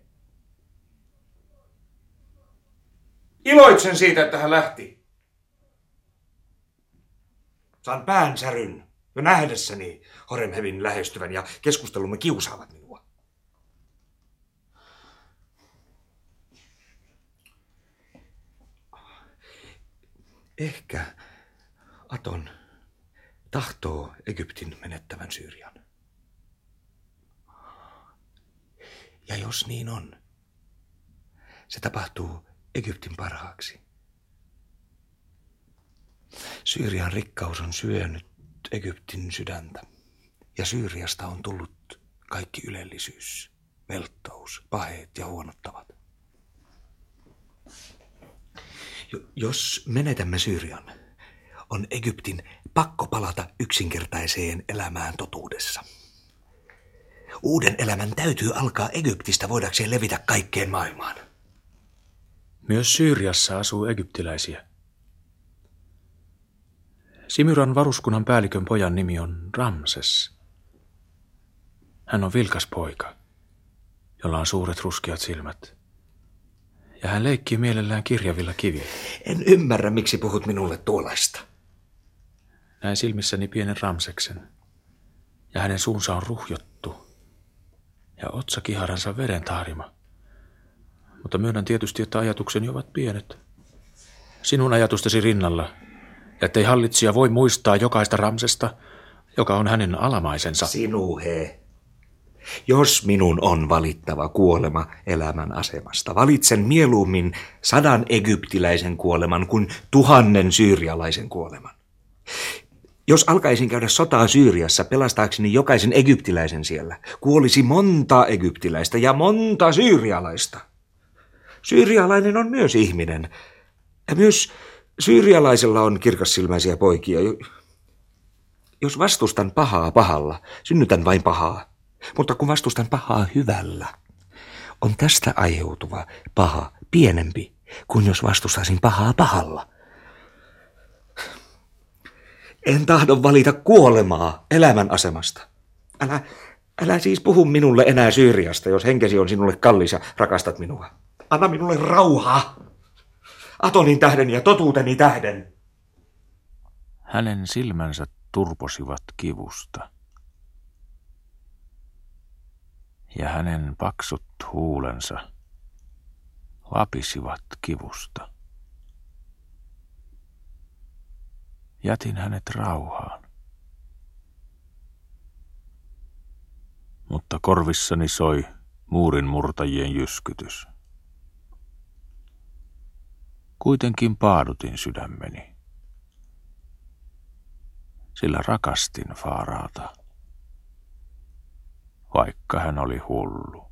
Iloitsen siitä, että hän lähti. Saan päänsäryn jo nähdessäni Horemhebin lähestyvän ja keskustelumme kiusaavat minua. Ehkä Aton tahtoo Egyptin menettävän Syyrian. Ja jos niin on, se tapahtuu Egyptin parhaaksi. Syyrian rikkaus on syönyt Egyptin sydäntä, ja Syyriasta on tullut kaikki ylellisyys, velttous, paheet ja huonot tavat. Jos menetämme Syyrian, on Egyptin pakko palata yksinkertaiseen elämään totuudessa. Uuden elämän täytyy alkaa Egyptistä voidakseen levitä kaikkeen maailmaan. Myös Syyriassa asuu egyptiläisiä. Simyran varuskunnan päällikön pojan nimi on Ramses. Hän on vilkas poika, jolla on suuret ruskeat silmät. Ja hän leikkii mielellään kirjavilla kivillä. En ymmärrä, miksi puhut minulle tuollaista. Näin silmissäni pienen Ramseksen. Ja hänen suunsa on ruhjottu. Ja otsakiharansa veren taarima. Mutta myönnän tietysti, että ajatukseni ovat pienet. Sinun ajatustesi rinnalla. Ja ettei hallitsija voi muistaa jokaista Ramsesta, joka on hänen alamaisensa. Sinuhe. Jos minun on valittava kuolema elämän asemasta, valitsen mieluummin sadan egyptiläisen kuoleman kuin tuhannen syyrialaisen kuoleman. Jos alkaisin käydä sotaa Syyriassa pelastaakseni jokaisen egyptiläisen siellä, kuolisi monta egyptiläistä ja monta syyrialaista. Syyrialainen on myös ihminen. Ja myös syyrialaisella on kirkassilmäisiä poikia. Jos vastustan pahaa pahalla, synnytän vain pahaa. Mutta kun vastustan pahaa hyvällä, on tästä aiheutuva paha pienempi kuin jos vastustaisin pahaa pahalla. En tahdo valita kuolemaa elämän asemasta. Älä, älä siis puhu minulle enää Syyriasta, jos henkesi on sinulle kallis ja rakastat minua. Anna minulle rauhaa. Atonin tähden ja totuuteni tähden. Hänen silmänsä turposivat kivusta. Ja hänen paksut huulensa vapisivat kivusta. Jätin hänet rauhaan. Mutta korvissani soi muurin murtajien jyskytys. Kuitenkin paadutin sydämeni, sillä rakastin Faaraata, vaikka hän oli hullu.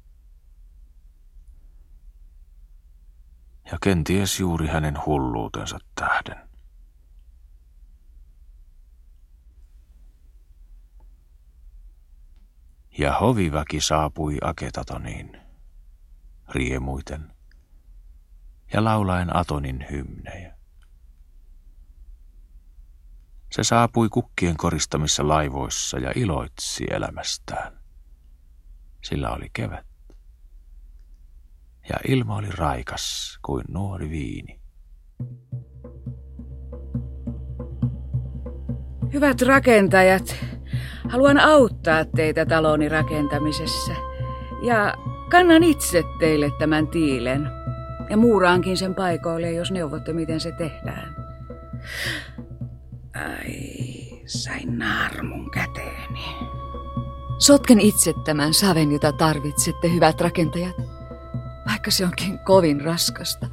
Ja kenties juuri hänen hulluutensa tähden. Ja hoviväki saapui Aketatoniin, riemuiten, ja laulaen Atonin hymnejä. Se saapui kukkien koristamissa laivoissa ja iloitsi elämästään. Sillä oli kevät. Ja ilma oli raikas kuin nuori viini. Hyvät rakentajat, haluan auttaa teitä taloni rakentamisessa. Ja kannan itse teille tämän tiilen. Ja muuraankin sen paikoille, jos neuvotte, miten se tehdään. Ai, sain naarmun käteeni. Sotken itse tämän saven, jota tarvitsette, hyvät rakentajat, vaikka se onkin kovin raskasta.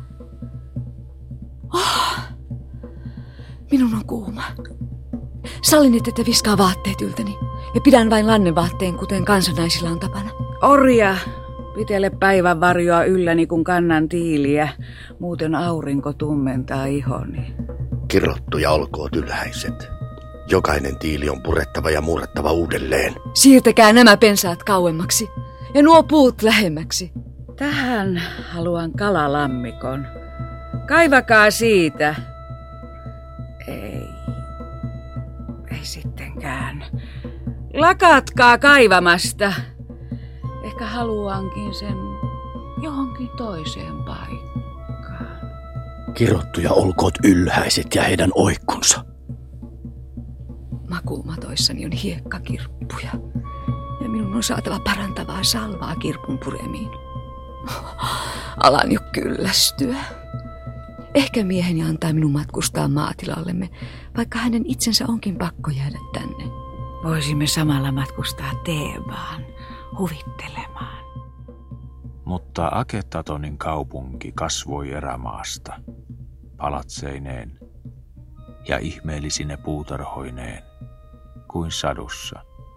Oh, minun on kuuma. Sallin, että te viskaa vaatteet yltäni ja pidän vain lannevaatteen, kuten kansanaisilla on tapana. Orja, pitele päivän varjoa ylläni, kun kannan tiiliä, muuten aurinko tummentaa ihoni. Kirottuja olkoot ylhäiset. Jokainen tiili on purettava ja muurettava uudelleen. Siirtäkää nämä pensaat kauemmaksi ja nuo puut lähemmäksi. Tähän haluan kalalammikon. Kaivakaa siitä. Ei. Ei sittenkään. Lakatkaa kaivamasta. Ehkä haluankin sen johonkin toiseen paikkaan. Kirottuja olkoot ylhäiset ja heidän oikkunsa. Makuumatoissani on hiekkakirppuja ja minun on saatava parantavaa salvaa kirpun puremiin. Alan jo kyllästyä. Ehkä mieheni antaa minun matkustaa maatilallemme, vaikka hänen itsensä onkin pakko jäädä tänne. Voisimme samalla matkustaa Teebaan huvittelemaan. Mutta Aketatonin kaupunki kasvoi erämaasta, palatseineen ja ihmeellisine puutarhoineen kuin sadussa.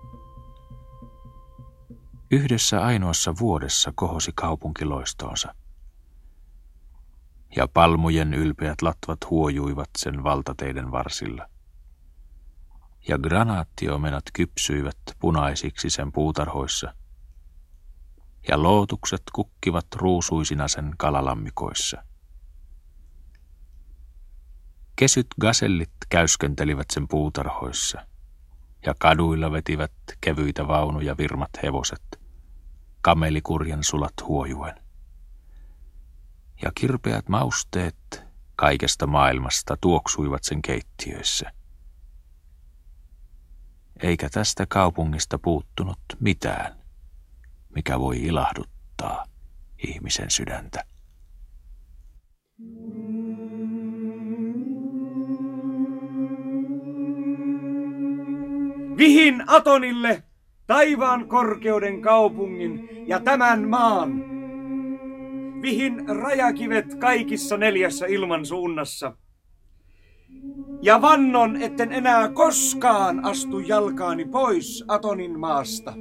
Yhdessä ainoassa vuodessa kohosi kaupunki loistoonsa, ja palmujen ylpeät latvat huojuivat sen valtateiden varsilla, ja granaattiomenat kypsyivät punaisiksi sen puutarhoissa, ja lootukset kukkivat ruusuisina sen kalalammikoissa. Kesyt gasellit käysköntelivät sen puutarhoissa, ja kaduilla vetivät kevyitä vaunuja virmat hevoset, kamelikurjen sulat huojuen. Ja kirpeät mausteet kaikesta maailmasta tuoksuivat sen keittiöissä. Eikä tästä kaupungista puuttunut mitään, mikä voi ilahduttaa ihmisen sydäntä. Vihin Atonille, taivaan korkeuden kaupungin ja tämän maan. Vihin rajakivet kaikissa neljässä ilmansuunnassa. Ja vannon, etten enää koskaan astu jalkaani pois Atonin maasta.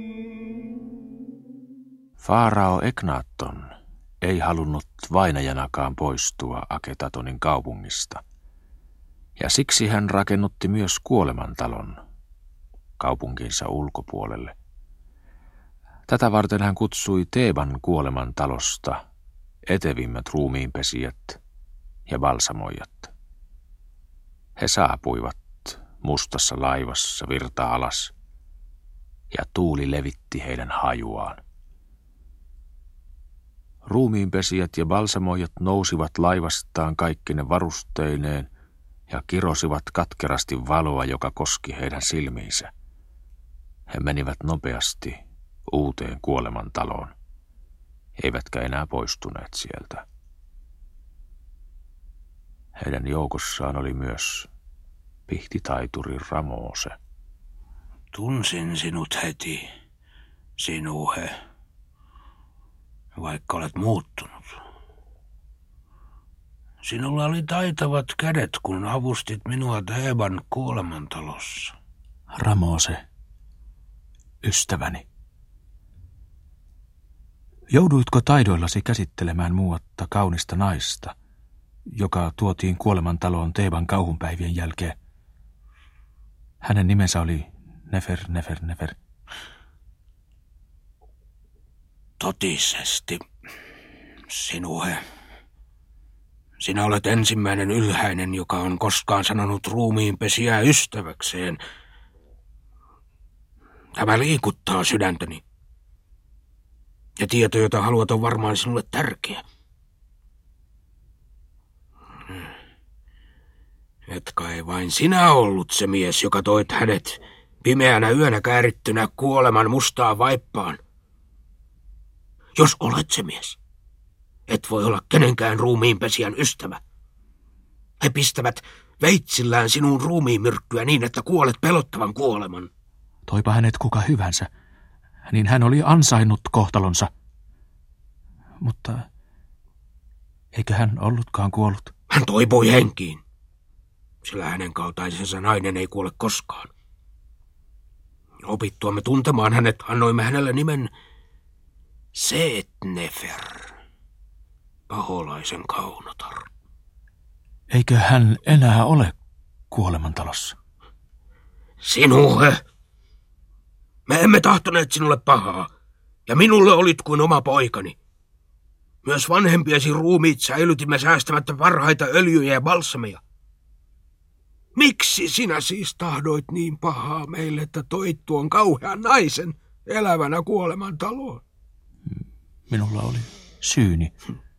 Faarao Eknaatton ei halunnut vainajanakaan poistua Aketatonin kaupungista, ja siksi hän rakennutti myös kuolemantalon kaupunkinsa ulkopuolelle. Tätä varten hän kutsui Teeban kuolemantalosta etevimmät ruumiinpesijät ja balsamoijat. He saapuivat mustassa laivassa virta alas, ja tuuli levitti heidän hajuaan. Ruumiinpesijät ja balsamoijat nousivat laivastaan kaikkine varusteineen ja kirosivat katkerasti valoa, joka koski heidän silmiinsä. He menivät nopeasti uuteen kuolemantaloon, eivätkä enää poistuneet sieltä. Heidän joukossaan oli myös pihtitaituri Ramose. Tunsin sinut heti, Sinuhe, vaikka olet muuttunut. Sinulla oli taitavat kädet, kun avustit minua Teeban kuolemantalossa. Ramose, ystäväni. Jouduitko taidoillasi käsittelemään muuatta kaunista naista, joka tuotiin kuolemantaloon Teeban kauhunpäivien jälkeen? Hänen nimensä oli Nefer, Nefer, Nefer. Totisesti, Sinuhe. Sinä olet ensimmäinen ylhäinen, joka on koskaan sanonut ruumiinpesijää ystäväkseen. Tämä liikuttaa sydäntäni. Ja tieto, jota haluat, on varmaan sinulle tärkeä. Et kai vain sinä ollut se mies, joka toit hänet pimeänä yönä käärittynä kuoleman mustaan vaippaan. Jos olet se mies, et voi olla kenenkään ruumiinpesijän ystävä. He pistävät veitsillään sinun ruumiinmyrkkyä niin, että kuolet pelottavan kuoleman. Toipa hänet kuka hyvänsä, niin hän oli ansainnut kohtalonsa. Mutta eikö hän ollutkaan kuollut? Hän toipui henkiin, sillä hänen kaltaisensa nainen ei kuole koskaan. Opittuamme tuntemaan hänet annoimme hänelle nimen Seet-Nefer, paholaisen kaunotar. Eikö hän enää ole kuolemantalossa? Sinuhe! Me emme tahtoneet sinulle pahaa, ja minulle olit kuin oma poikani. Myös vanhempiesi ruumiit säilytimme säästämättä parhaita öljyjä ja balsameja. Miksi sinä siis tahdoit niin pahaa meille, että toit tuon kauhean naisen elävänä kuolemantaloon? Minulla oli syyni.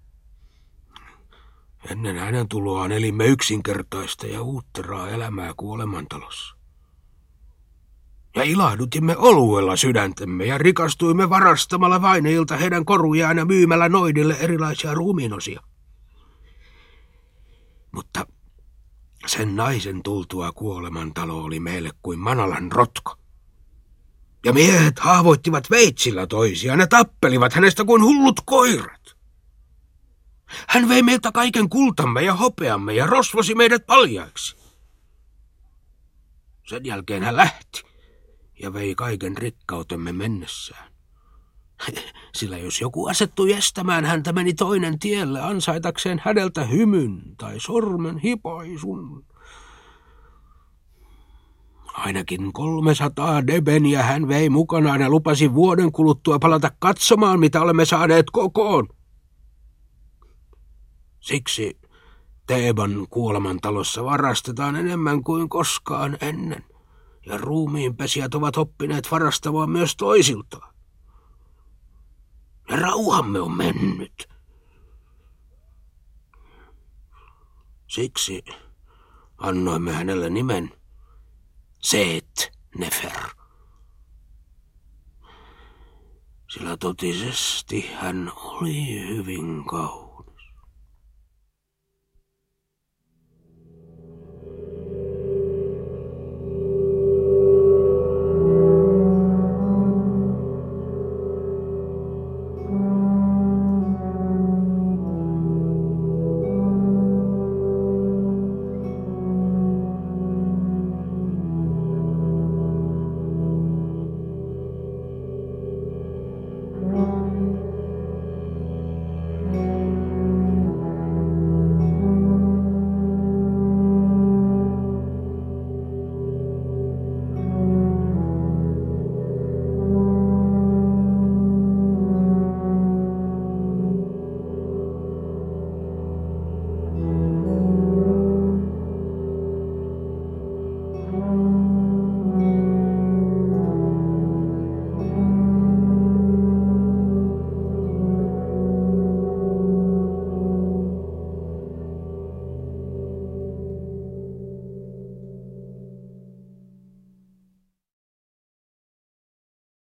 Ennen hänen tuloaan elimme yksinkertaista ja uutteraa elämää kuolemantalossa. Ja ilahdutimme oluella sydäntämme ja rikastuimme varastamalla vainajilta heidän korujaan ja myymällä noidille erilaisia ruumiinosia. Mutta sen naisen tultua kuolemantalo oli meille kuin Manalan rotko. Ja miehet haavoittivat veitsillä toisiaan ja tappelivat hänestä kuin hullut koirat. Hän vei meiltä kaiken kultamme ja hopeamme ja rosvosi meidät paljaiksi. Sen jälkeen hän lähti ja vei kaiken rikkautemme mennessään. Sillä jos joku asettui estämään häntä, meni toinen tielle ansaitakseen häneltä hymyn tai sormen hipaisun. Ainakin kolmesataa debeniä hän vei mukanaan ja lupasi vuoden kuluttua palata katsomaan, mitä olemme saaneet kokoon. Siksi Teeban kuolemantalossa varastetaan enemmän kuin koskaan ennen, ja ruumiinpesijät ovat oppineet varastamaan myös toisiltaan. Ja rauhamme on mennyt. Siksi annoimme hänelle nimen Seet-Nefer. Sillä totisesti hän oli hyvin kaunis.